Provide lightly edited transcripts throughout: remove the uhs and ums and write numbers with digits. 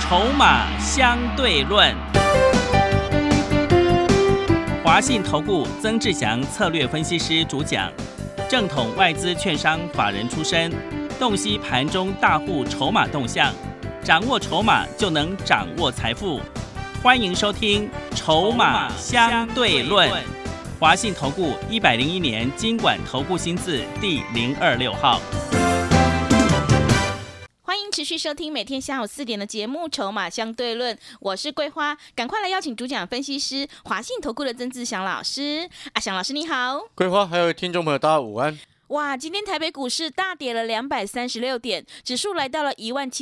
筹码相对论。华信投顾曾志祥策略分析师主讲，正统外资券商法人出身，洞悉盘中大户筹码动向，掌握筹码就能掌握财富。欢迎收听《筹码相对论》。华信投顾101年金管投顾新字第026号。 欢迎持续收听每天下午4点的节目《筹码相对论》，我是桂花，赶快来邀请主讲分析师华信投顾的曾志祥老师。阿祥老师你好。 桂花还有听众朋友大家午安。 哇，今天台北股市大跌了236点，指数来到了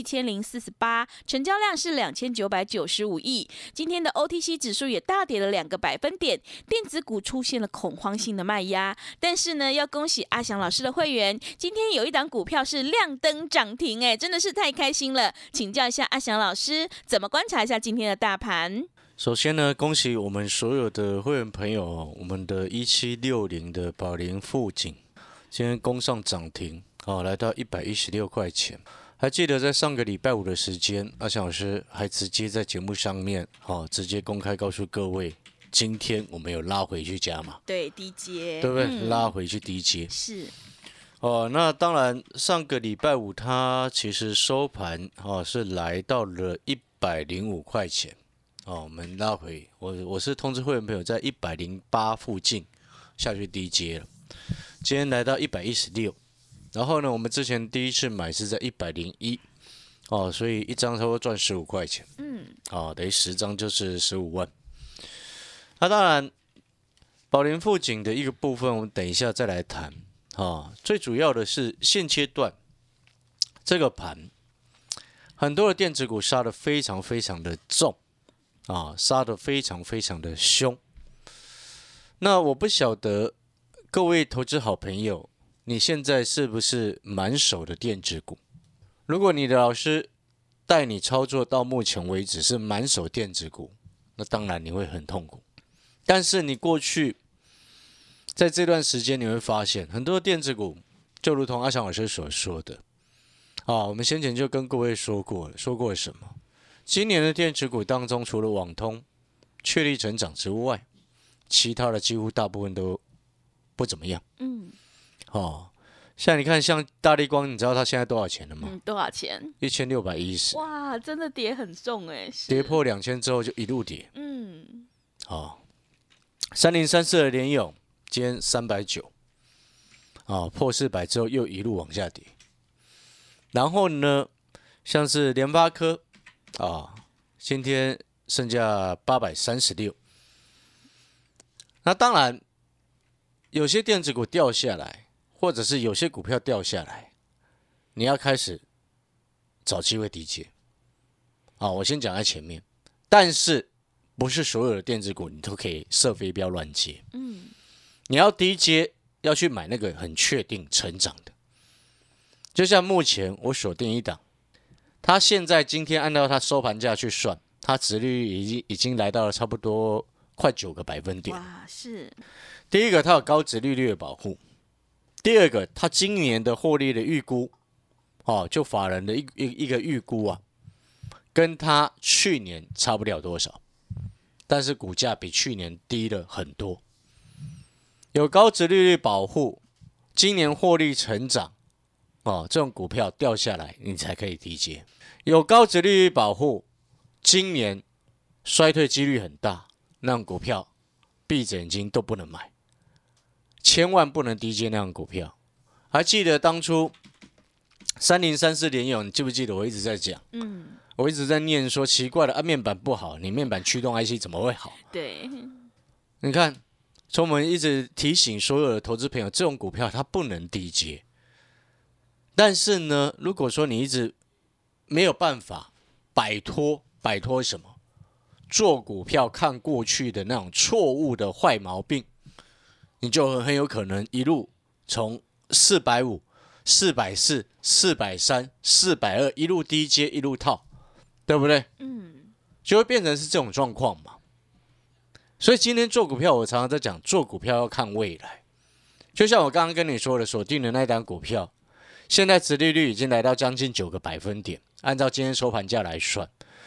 17048，成交量是2995亿。今天的 OTC 指数也大跌了2个百分点，电子股出现了恐慌性的卖压。但是呢，要恭喜阿翔老师的会员，今天有一档股票是亮灯涨停，真的是太开心了。请教一下阿翔老师，怎么观察一下今天的大盘？ 首先呢，恭喜我们所有的会员朋友，我们的1760的宝联富锦今天攻上涨停，来到116块钱。还记得在上个礼拜五的时间，阿翔老师还直接在节目上面，直接公开告诉各位，今天我们有拉回去加码， 对，低阶， 对不对？拉回去低阶是。 那当然，上个礼拜五它其实收盘是来到了105块钱，我们拉回，我是通知会员朋友在108附近下去低阶了。今天来到116，然后呢，我们之前第一次买是在101，所以一张差不多赚15块钱，等于10张就是15万。那当然，宝联富锦的一个部分，我们等一下再来谈。最主要的是现阶段这个盘，很多的电子股杀得非常非常的重，杀得非常非常的凶。那我不晓得各位投资好朋友，你现在是不是满手的电子股？如果你的老师带你操作到目前为止是满手电子股，那当然你会很痛苦。但是你过去在这段时间，你会发现很多电子股，就如同阿翔老师所说的，我们先前就跟各位说过了什么？今年的电子股当中，除了网通确立成长之外，其他的几乎大部分都不怎么样。像你看，像大立光，你知道它现在多少钱了吗？ 多少钱 ？1610。 哇，真的跌很重跌破2000之后就一路跌。3034的联咏今天390，破400之后又一路往下跌。然后呢，像是联发科今天剩下836。那当然，有些电子股掉下来，或者是有些股票掉下来，你要开始找机会低接。我先讲在前面，但是不是所有的电子股你都可以射飞镖乱接。你要低接，要去买那个很确定成长的。就像目前我锁定一档，它现在今天按照它收盘价去算，它殖利率已经来到了差不多快9个百分点。 哇，是。 第一个，它有高殖利率的保护；第二个，它今年的获利的预估，就法人的一个预估跟它去年差不了多少，但是股价比去年低了很多。有高殖利率保护，今年获利成长，这种股票掉下来，你才可以低接。有高殖利率保护，今年衰退几率很大，那种股票闭着眼睛都不能买，千万不能低接那样股票。还记得当初3034联咏，你记不记得我一直在讲？我一直在念说奇怪了面板不好，你面板驱动 IC 怎么会好？ 对， 你看，从我们一直提醒所有的投资朋友，这种股票它不能低接。但是呢，如果说你一直没有办法摆脱什么？做股票看过去的那种错误的坏毛病，你就很有可能一路从450、440、430、420一路低接一路套，对不对？就会变成是这种状况嘛。所以今天做股票，我常常在讲，做股票要看未来。就像我刚刚跟你说的，锁定的那档股票，现在殖利率已经来到将近9个百分点，按照今天收盘价来算，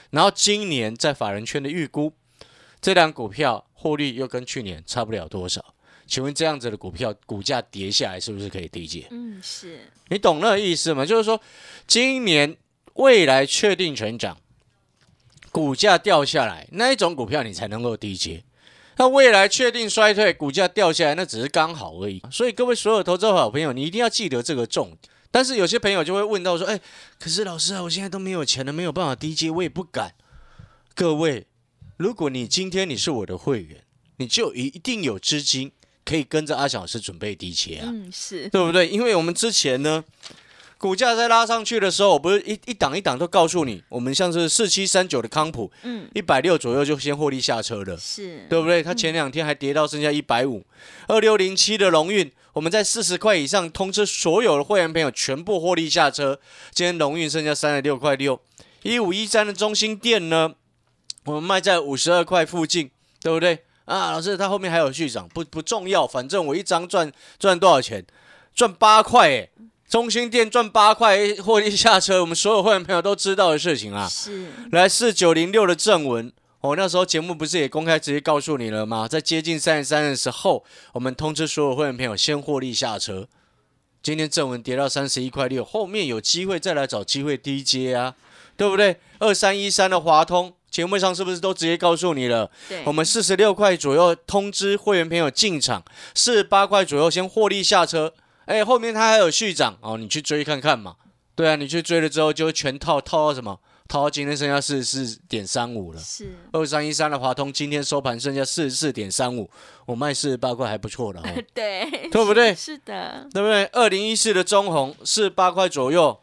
然后今年在法人圈的预估，这档股票获利又跟去年差不了多少。请问这样子的股票股价跌下来是不是可以低接？ 是。 你懂那个意思吗？就是说，今年未来确定成长，股价掉下来，那一种股票你才能够低接。那未来确定衰退，股价掉下来，那只是刚好而已。所以各位所有投资好朋友，你一定要记得这个重点。但是有些朋友就会问到说，可是老师啊，我现在都没有钱了，没有办法低接，我也不敢。各位，如果你今天你是我的会员，你就一定有资金可以跟着阿翔老师准备低接啊， 是， 对不对？因为我们之前呢，股价在拉上去的时候，我不是一档一档都告诉你，我们像是4739的康普，160左右就先获利下车了， 是， 对不对？它前2天还跌到剩下150，2607的荣运，我们在40块以上通知所有的会员朋友全部获利下车，今天荣运剩下36块6，1513的中兴电呢，我们卖在52块附近，对不对？啊，老师，他后面还有续涨，不重要，反正我一张赚多少钱？赚8块哎，中兴电赚8块，获利下车，我们所有会员朋友都知道的事情啊。 是， 来4906的正文，那时候节目不是也公开直接告诉你了吗？在接近33的时候，我们通知所有会员朋友先获利下车。今天正文跌到31块6，后面有机会再来找机会低接啊，对不对？2313的华通。节目上是不是都直接告诉你了？我们46块左右通知会员朋友进场，48块左右先获利下车。后面它还有续涨你去追看看嘛。对啊，你去追了之后就全套到什么？套到今天剩下 44.35 了。 是 2313的华通今天收盘剩下 44.35， 我卖48块还不错了对， 对不对？ 是的， 对不对？2014的中红48块左右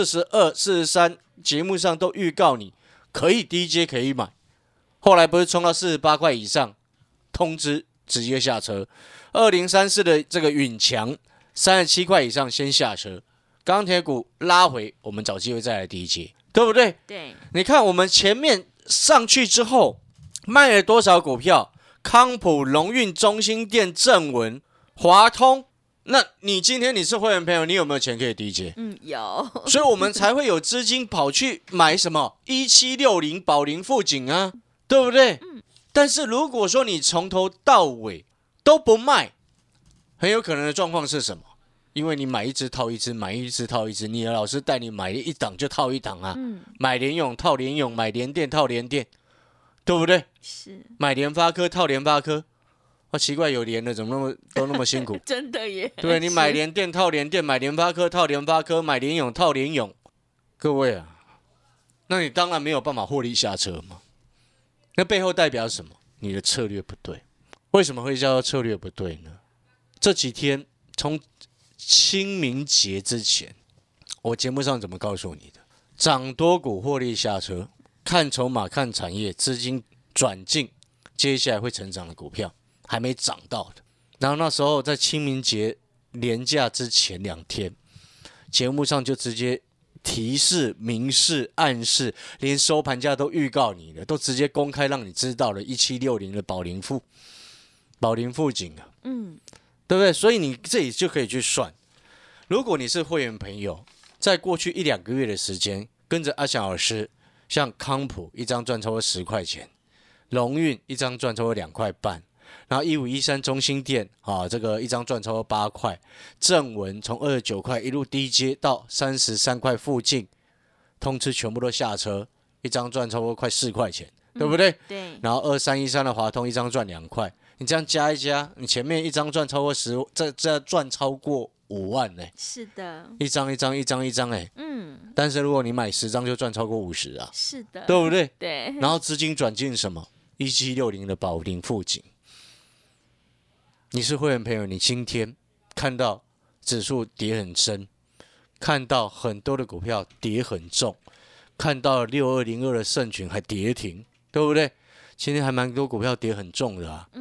42、43节目上都预告你。可以低接可以买，后来不是冲到48块以上，通知直接下车。2034的这个允强37块以上先下车，钢铁股拉回，我们找机会再来低接，对不对？ 对， 你看我们前面上去之后卖了多少股票？康普、荣运、中兴电、正文、华通。那你今天你是会员朋友，你有没有钱可以低接？ 有， 所以我们才会有资金跑去买什么1760宝林富锦啊，对不对？但是如果说你从头到尾都不卖，很有可能的状况是什么？因为你买一只套一只，买一只套一只，你的老师带你买一档就套一档啊，买联咏套联咏，买联电套联电，对不对？ 是， 买联发科套联发科。奇怪，有联的怎么都那么辛苦？ 真的耶！ 对，你买联电套联电，买联发科套联发科，买联咏套联咏。各位啊，那你当然没有办法获利下车嘛。那背后代表什么？你的策略不对。为什么会叫做策略不对呢？这几天从清明节之前，我节目上怎么告诉你的？涨多股获利下车，看筹码看产业，资金转进，接下来会成长的股票。还没涨到的，然后那时候在清明节连假之前2天，节目上就直接提示、明示、暗示，连收盘价都预告你了，都直接公开让你知道了。1760的宝林富锦啊，对不对？所以你这里就可以去算，如果你是会员朋友，在过去1-2个月的时间，跟着阿翔老师，像康普一张赚超过10块钱，荣运一张赚超过2块半。然后1513中兴电这个一张赚超过8块，正文从29块一路低接到33块附近，通知全部都下车，一张赚超过快4块钱，对不对？ 对。 然后2313的华通一张赚2块，你这样加一加，你前面一张赚超过10，这赚超过5万呢。 是的。 一张但是如果你买10张就赚超过50啊。 是的。 对不对？ 对。 然后资金转进什么？1760的宝林富锦。你是会员朋友，你今天看到指数跌很深，看到很多的股票跌很重，看到6202的盛群还跌停，对不对？今天还蛮多股票跌很重的啊。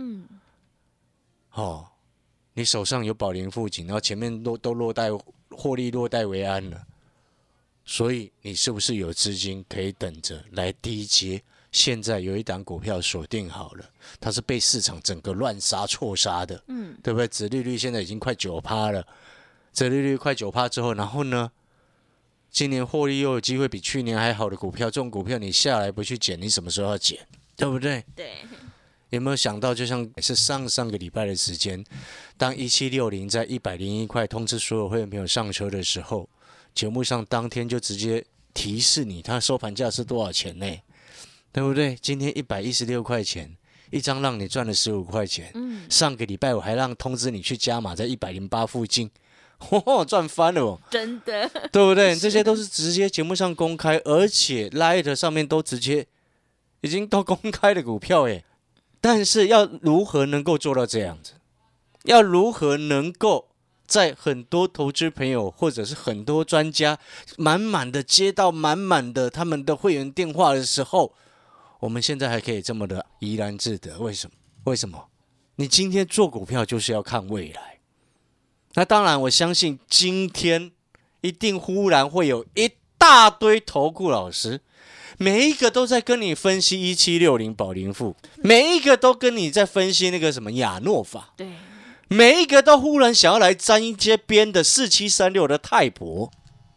你手上有宝林富锦，然后前面都获利落袋为安了，所以你是不是有资金可以等着来低接？现在有一档股票锁定好了，它是被市场整个乱杀错杀的，对不对？殖利率现在已经快9%了，殖利率快9%之后，然后呢， 今年获利又有机会比去年还好的股票，这种股票你下来不去捡，你什么时候要捡？对不对？ 对。 有没有想到，就像是上个礼拜的时间，当1760在101块通知所有会员朋友上车的时候，节目上当天就直接提示你它收盘价是多少钱呢？对不对？今天116块钱一张，让你赚了15块钱。上个礼拜我还让通知你去加码在108附近，赚翻了哦！ 真的， 对不对？这些都是直接节目上公开，而且 Light 上面都直接已经都公开的股票耶。但是要如何能够做到这样子？要如何能够在很多投资朋友或者是很多专家满满的接到满满的他们的会员电话的时候，我们现在还可以这么的怡然自得？为什么？为什么？你今天做股票就是要看未来。那当然，我相信今天一定忽然会有一大堆投顾老师，每一个都在跟你分析1760宝龄富，每一个都跟你在分析那个什么亚诺法， 对， 每一个都忽然想要来沾一些边的4736的泰博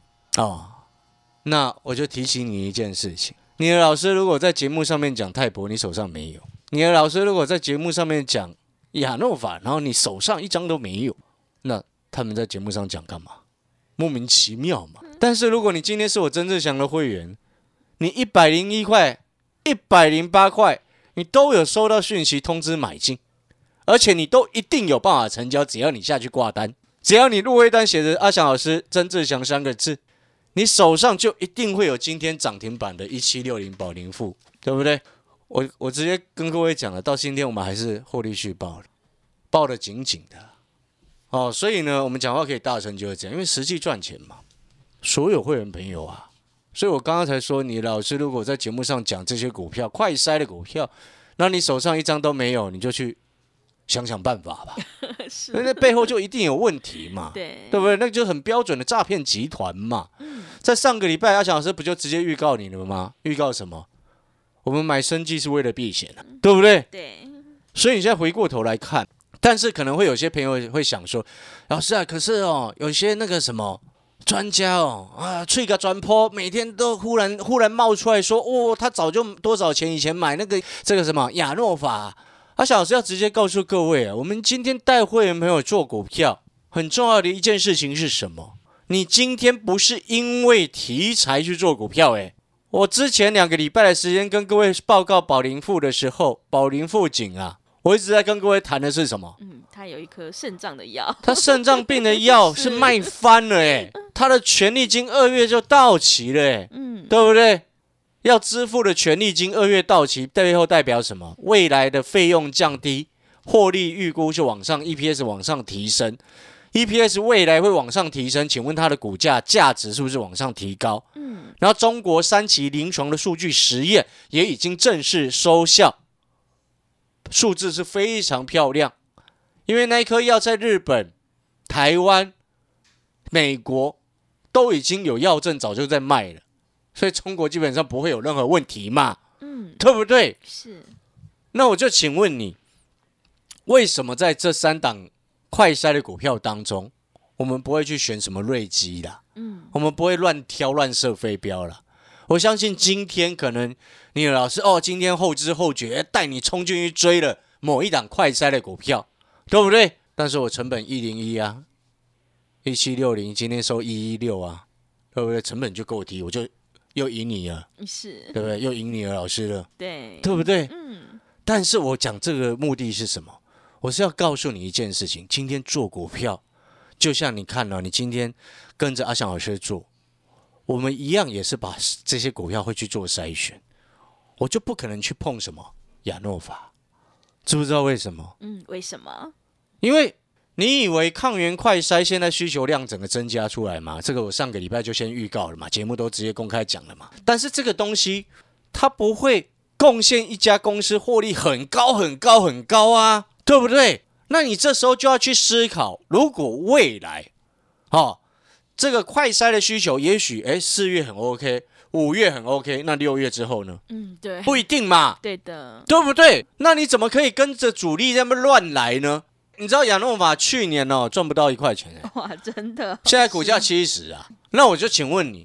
那我就提醒你一件事情，你的老师如果在节目上面讲泰博，你手上没有；你的老师如果在节目上面讲亚诺法，然后你手上一张都没有，那他们在节目上讲干嘛？莫名其妙嘛。但是如果你今天是我曾志祥的会员，你101块、108块，你都有收到讯息通知买进，而且你都一定有办法成交，只要你下去挂单，只要你入会单写着阿翔老师曾志祥3个字，你手上就一定会有今天涨停板的1760宝龄富，对不对？我直接跟各位讲了，到今天我们还是获利续报了，抱得紧紧的。所以呢，我们讲话可以大声就是这样，因为实际赚钱嘛。所有会员朋友啊，所以我刚刚才说，你老师如果在节目上讲这些股票，快筛的股票，那你手上一张都没有，你就去想想办法吧。那背后就一定有问题嘛，对不对？那就很标准的诈骗集团嘛。在上个礼拜，阿翔老师不就直接预告你了吗？预告什么？我们买生技是为了避险对不对？ 对。 所以你现在回过头来看。但是可能会有些朋友会想说，老师啊，可是有些那个什么专家吹个转坡，每天都忽然冒出来说，他早就多少钱以前买这个什么亚诺法，阿翔老师要直接告诉各位我们今天带会员朋友做股票，很重要的一件事情是什么？你今天不是因为题材去做股票我之前2个礼拜的时间跟各位报告宝龄富的时候，宝龄富锦我一直在跟各位谈的是什么？ 他有一颗肾脏的药， 他肾脏病的药是卖翻了他的权利金2月就到期了对不对？要支付的权利金2月到期，背后代表什么？未来的费用降低，获利预估就往上 ，EPS 往上提升 ，EPS 未来会往上提升，请问它的股价价值是不是往上提高？然后中国3期临床的数据实验也已经正式收效。数字是非常漂亮，因为那一颗药在日本、台湾、美国都已经有药证，早就在卖了，所以中国基本上不会有任何问题嘛，对不对？ 是。 那我就请问你，为什么在这3档快筛的股票当中，我们不会去选什么瑞基啦？我们不会乱挑乱射飞镖啦？我相信今天可能你的老师今天后知后觉带你冲进去追了某一档快筛的股票，对不对？但是我成本101 1760今天收116对不对？成本就够低，我就又赢你了， 是， 对不对？又赢你了，老师了， 对不对？但是我讲这个目的是什么？我是要告诉你一件事情，今天做股票，就像你看你今天跟着阿翔老师做。我们一样也是把这些股票会去做筛选，我就不可能去碰什么亚诺法，知不知道为什么？ 为什么？ 因为你以为抗原快筛现在需求量整个增加出来嘛？这个我上个礼拜就先预告了嘛，节目都直接公开讲了嘛。但是这个东西它不会贡献一家公司获利很高很高很高啊，对不对？那你这时候就要去思考，如果未来这个快筛的需求也许4月很 OK， 5月很 OK， 那6月之后呢？ 对， 不一定嘛， 对的， 对不对？那你怎么可以跟着主力那么乱来呢？你知道亚诺法去年赚不到1块钱哇，真的， 现在股价70那我就请问你，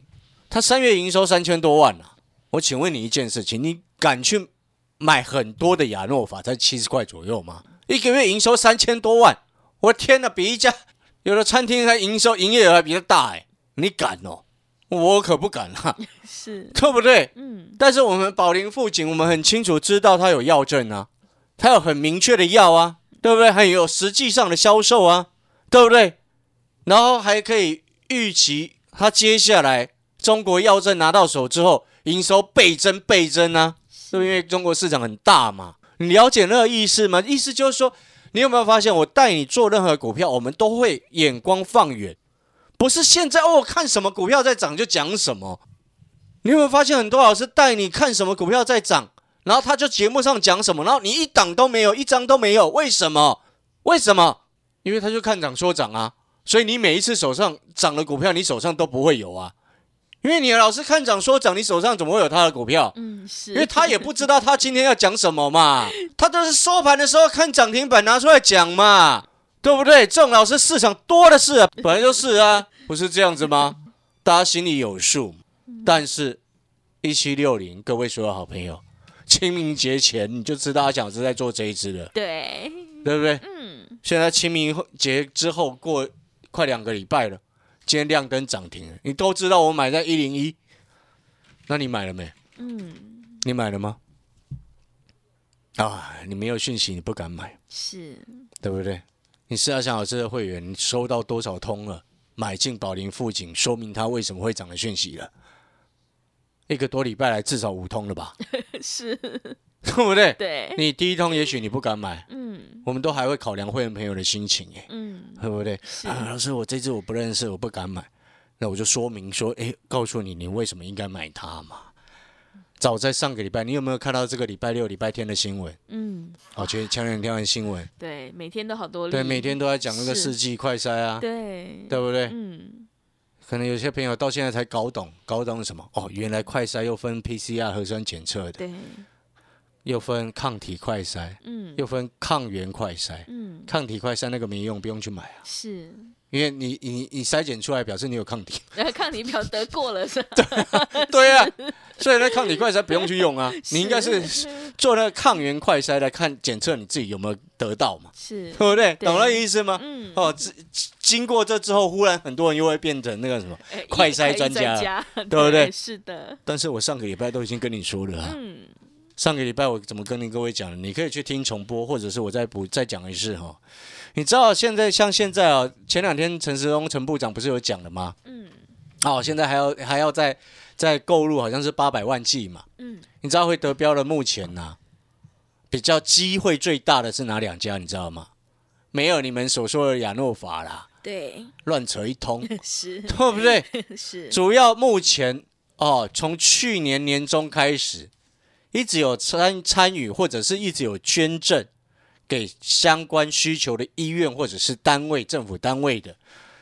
他3月营收3000多万啊。我请问你一件事情，你敢去买很多的亚诺法，才70块左右吗？一个月营收3000多万，我的天哪，比一家有的餐厅还营业额还比较大哎，你敢哦？我可不敢啊， 是， 对不对？但是我们宝林富锦，我们很清楚知道它有药证啊，它有很明确的药啊，对不对？还有实际上的销售啊，对不对？然后还可以预期它接下来中国药证拿到手之后，营收倍增啊，对不对？因为中国市场很大嘛。你了解那个意思吗？意思就是说，你有没有发现，我带你做任何股票，我们都会眼光放远，不是现在我看什么股票在涨就讲什么。你有没有发现，很多老师带你看什么股票在涨，然后他就节目上讲什么，然后你一档都没有，一张都没有，为什么？因为他就看涨说涨啊，所以你每一次手上涨的股票，你手上都不会有啊。因为你的老师看涨说涨，你手上怎么会有他的股票？ 是， 因为他也不知道他今天要讲什么嘛，他都是收盘的时候看涨停板拿出来讲嘛，对不对？这种老师市场多的是啊，本来就是啊，不是这样子吗？大家心里有数。但是1760，各位所有好朋友，清明节前你就知道阿小子在做这一支了， 对不对？现在清明节之后过快2个礼拜了。今天亮灯涨停了，你都知道我买在101，那你买了没？你买了吗？啊，你没有讯息，你不敢买， 是， 对不对？你是阿翔老师的会员，你收到多少通了？买进宝林富锦，说明它为什么会涨的讯息了。1个多礼拜来至少5通了吧？ 是， 对不对？ 对， 你第一通也许你不敢买，我们都还会考量会员朋友的心情，对不对？老师，我这支我不认识，我不敢买，那我就说明说，告诉你为什么应该买它嘛。早在上个礼拜，你有没有看到这个礼拜6、礼拜天的新闻？觉得前2天的新闻， 对，每天都好多例， 对，每天都在讲那个世纪快筛啊， 对不对？可能有些朋友到现在才搞懂什么哦，原来快筛又分 PCR 核酸检测的， 对， 又分抗体快筛，又分抗原快筛，抗体快筛那个没用，不用去买啊， 是， 因为你筛检出来表示你有抗体， 抗体表得过了是吧？ 对啊，所以那抗体快筛不用去用啊，你应该是做那个抗原快筛来看检测你自己有没有得到嘛， 是， 对不对？懂那意思吗？经过这之后，忽然很多人又会变成那个什么快筛专家，对不对？ 是的。但是我上个礼拜都已经跟你说了啊，上个礼拜我怎么跟各位讲的？你可以去听重播，或者是我再讲一次哈。你知道现在啊，前2天陈时中陈部长不是有讲了吗？现在还要再购入，好像是800万剂嘛。你知道会得标的目前呢，比较机会最大的是哪2家？你知道吗？没有你们所说的亚诺法啦。 对， 乱扯一通， 是， 对不对？ 是， 主要目前从去年年中开始，一直有参与或者是一直有捐赠给相关需求的医院或者是单位、政府单位的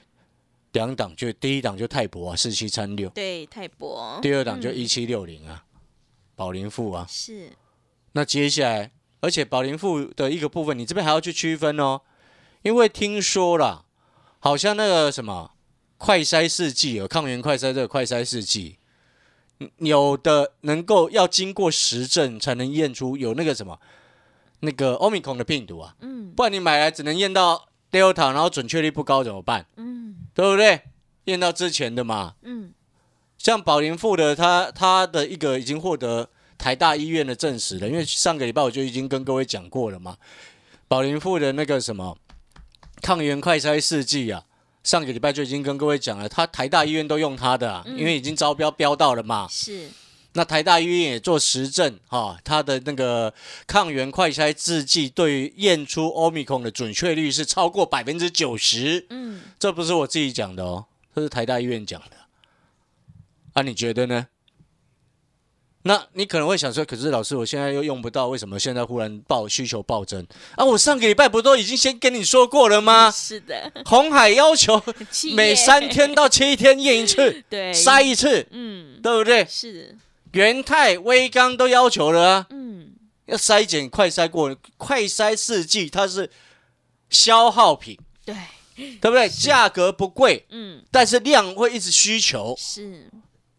2档，就第一档就泰博啊，4736， 对，泰博。 第2档就1760啊，宝林富啊， 是。 那接下来，而且宝林富的一个部分，你这边还要去区分哦，因为听说啦。好像那个什么快筛试剂有抗原快筛，这个快筛试剂有的能够要经过实证才能验出有那个什么那个 Omicron 的病毒啊，不然你买来只能验到 Delta， 然后准确率不高怎么办？对不对？验到之前的嘛，像宝林富的他的一个已经获得台大医院的证实了，因为上个礼拜我就已经跟各位讲过了嘛，宝林富的那个什么。抗原快筛试剂啊，上个礼拜就已经跟各位讲了，他台大医院都用他的因为已经招标到了嘛。 是。 那台大医院也做实证他的那个抗原快筛试剂对于验出 Omicron 的准确率是超过90%。这不是我自己讲的哦，这是台大医院讲的。啊，你觉得呢？那你可能会想说，可是老师，我现在又用不到，为什么现在忽然需求暴增啊？我上个礼拜不都已经先跟你说过了吗？ 是的， 鸿海要求每3天到7天验一次， 对， 筛一次，对不对？ 是， 元泰、威刚都要求了啊，要筛检快筛过，快筛试剂它是消耗品， 对不对？价格不贵，但是量会一直需求， 是。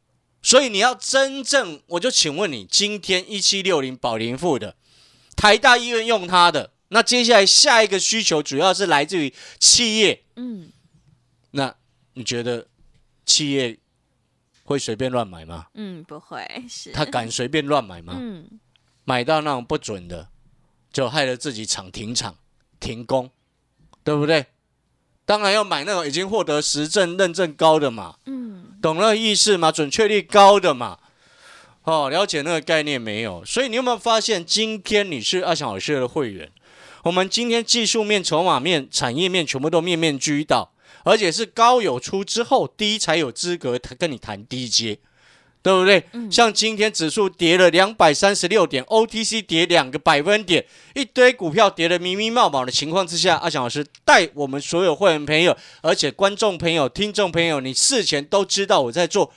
所以你要真正，我就请问你，今天1760宝林富的台大医院用它的，那接下来下一个需求主要是来自于企业，那你觉得企业会随便乱买吗？ 不会，是他敢随便乱买吗？买到那种不准的，就害了自己厂停厂、停工，对不对？当然要买那种已经获得实证认证高的嘛，懂那个意思吗？准确率高的嘛，了解那个概念没有？所以你有没有发现，今天你是阿翔老师的会员，我们今天技术面、筹码面、产业面全部都面面俱到，而且是高有出之后，低才有资格跟你谈低阶。对不对？像今天指数跌了236点 ，OTC 跌2个百分点，一堆股票跌得密密麻麻的情况之下，阿翔老师带我们所有会员朋友，而且观众朋友、听众朋友，你事前都知道我在做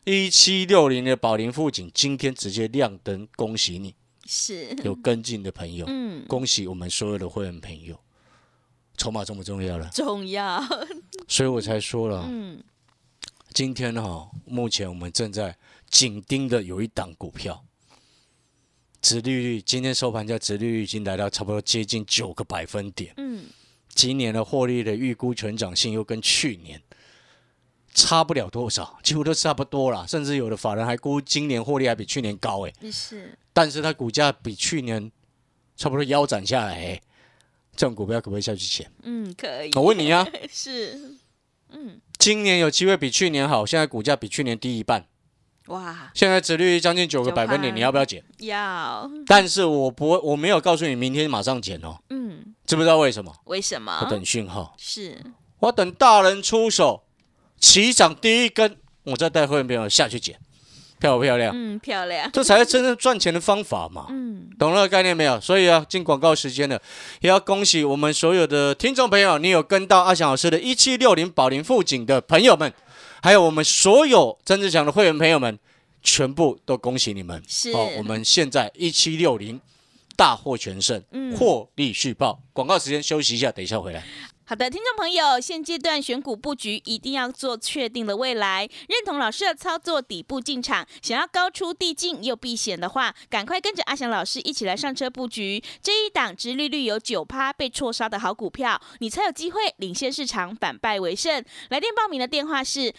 1760的宝林富锦，今天直接亮灯，恭喜你！ 是有跟进的朋友，恭喜我们所有的会员朋友。筹码重不重要了？ 重要， 所以我才说了，今天目前我们正在紧盯的有一档股票，殖利率今天收盘价殖利率已经来到差不多接近9个百分点。今年的获利的预估成长性又跟去年差不了多少，几乎都差不多啦，甚至有的法人还估今年获利还比去年高是， 但是它股价比去年差不多腰斩下来这种股票可不可以下去捡？ 可以。 我问你啊， 是， 今年有机会比去年好，现在股价比去年低一半。 哇！ 现在殖利率将近9个百分点，你要不要减？ 要。 但是我没有告诉你明天马上减哦。知不知道为什么？ 为什么？ 我等讯号。 是。 我等大人出手，起涨第一根，我再带会员朋友下去减，漂不漂亮？ 漂亮。 这才是真正赚钱的方法嘛。懂那个概念没有？所以进广告时间了，也要恭喜我们所有的听众朋友，你有跟到阿翔老师的1760宝林富锦的朋友们。还有我们所有曾志强的会员朋友们，全部都恭喜你们！ 是， 我们现在1760大获全胜，获利续报。广告时间休息一下，等一下回来。 好的，听众朋友，现阶段选股布局一定要做确定的未来，认同老师的操作，底部进场，想要高出低进又避险的话，赶快跟着阿翔老师一起来上车布局这一档殖利率有9%被错杀的好股票，你才有机会领先市场，反败为胜。来电报名的电话是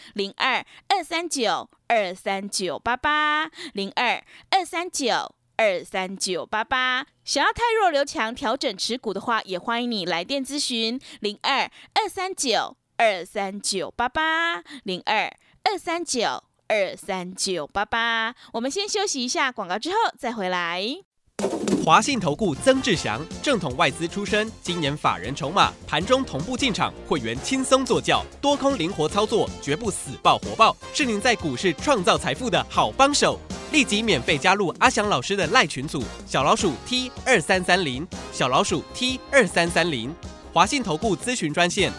02-239-2398802-239-23988。想要太弱留强调整持股的话，也欢迎你来电咨询02-239-2398802-239-23988。我们先休息一下广告，之后再回来。 华信投顾曾志祥，正统外资出身，今年法人筹码，盘中同步进场，会员轻松做教，多空灵活操作，绝不死抱活抱，是您在股市创造财富的好帮手。立即免费加入阿翔老师的赖群组，小老鼠 T2330，小老鼠 T2330，华信投顾咨询专线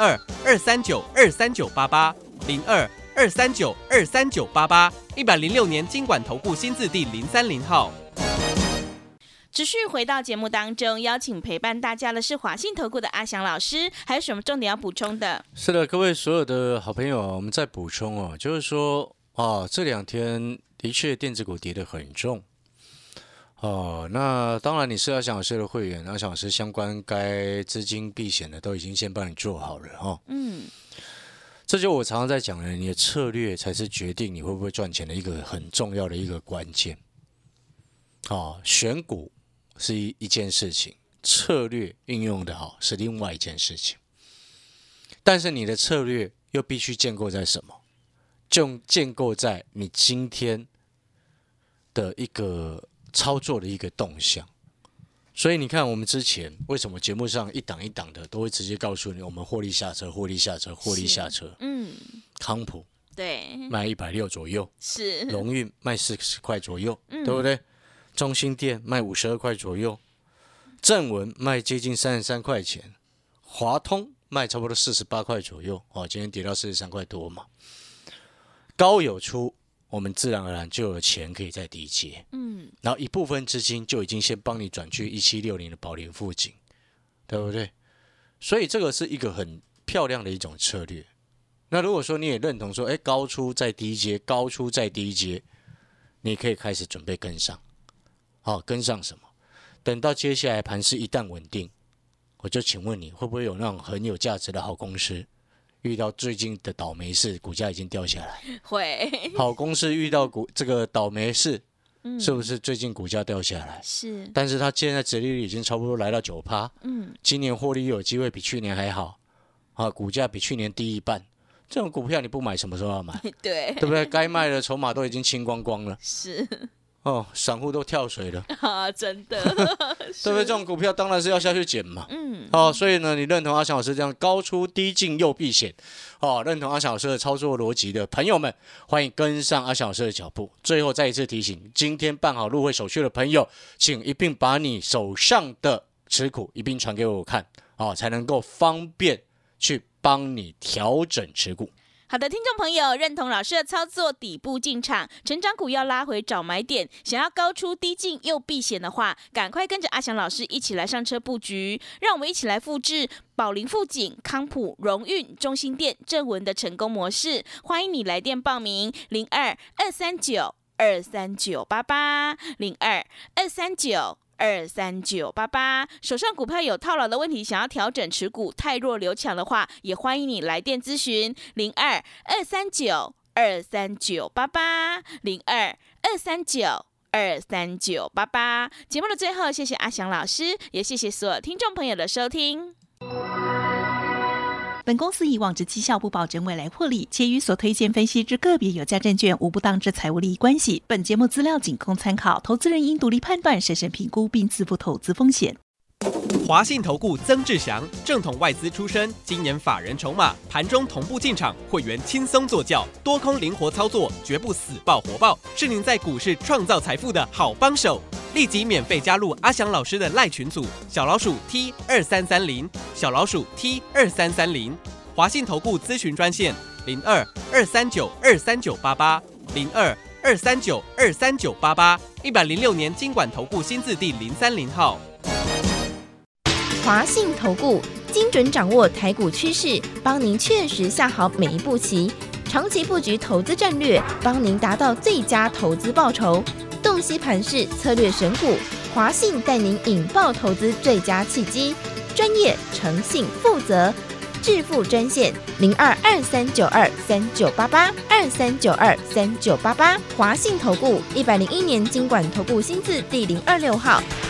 02-239-23988，02-239-23988，106年金管投顾新字第030号。 持续回到节目当中，邀请陪伴大家的是华信投顾的阿翔老师，还有什么重点要补充的？ 是的，各位所有的好朋友，我们再补充就是说这2天的确电子股跌得很重那当然你是阿翔老师的会员，阿翔老师相关该资金避险的都已经先帮你做好了这就我常常在讲的，你的策略才是决定你会不会赚钱的一个很重要的一个关键选股是一件事情，策略运用的好是另外一件事情。但是你的策略又必须建构在什么？就建构在你今天的一个操作的一个动向。所以你看，我们之前为什么节目上一档一档的都会直接告诉你，我们获利下车，获利下车，获利下车。康普对卖160左右， 是荣运卖40块左右，对不对？中兴电卖52块左右，正文卖接近33块钱，华通卖差不多48块左右今天跌到43块多嘛。高有出，我们自然而然就有钱可以再低接，然后一部分资金就已经先帮你转去1760的宝林富锦，对不对？所以这个是一个很漂亮的一种策略那如果说你也认同说，高出再低接，高出再低接，你可以开始准备跟上。跟上什么？等到接下来盘势一旦稳定，我就请问你会不会有那种很有价值的好公司，遇到最近的倒霉事，股价已经掉下来？ 会。 好公司遇到这个倒霉事，是不是最近股价掉下来？ 是。 但是它现在殖利率已经差不多来到9%，今年获利有机会比去年还好，股价比去年低一半。这种股票你不买，什么时候要买？ 对， 对不对？该卖的筹码都已经清光光了。 是。 散户都跳水了真的。 对不对？这种股票当然是要下去捡嘛。所以呢，你认同阿翔老师这样高出低进又避险，认同阿翔老师的操作逻辑的朋友们，欢迎跟上阿翔老师的脚步。最后再一次提醒，今天办好入会手续的朋友，请一并把你手上的持股一并传给我看，才能够方便去帮你调整持股。 好的，听众朋友，认同老师的操作，底部进场，成长股要拉回找买点，想要高出低进又避险的话，赶快跟着阿翔老师一起来上车布局，让我们一起来复制宝林、富锦、康普、荣运、中兴电、正文的成功模式。欢迎你来电报名02-239-23988，02-239-23988，手上股票有套牢的问题，想要调整持股，太弱留强的话，也欢迎你来电咨询02-239-23988，02-239-23988。节目的最后，谢谢阿翔老师，也谢谢所有听众朋友的收听。 本公司以往之绩效不保证未来获利，且与所推荐分析之个别有价证券无不当之财务利益关系。本节目资料仅供参考，投资人应独立判断、审慎评估并自负投资风险。 华信投顾曾志祥，正统外资出身，今年法人筹码，盘中同步进场，会员轻松做教，多空灵活操作，绝不死抱活抱，是您在股市创造财富的好帮手。立即免费加入阿翔老师的赖群组，小老鼠 T2330，小老鼠 T2330，华信投顾咨询专线02-239-23988，02-239-23988，106年金管投顾新字第030号。 华信投顾精准掌握台股趋势，帮您确实下好每一步棋，长期布局投资战略，帮您达到最佳投资报酬。洞悉盘势，策略选股，华信带您引爆投资最佳契机，专业、诚信、负责，致富专线02-2392-3988，2392-3988，华信投顾101年金管投顾新字第026号。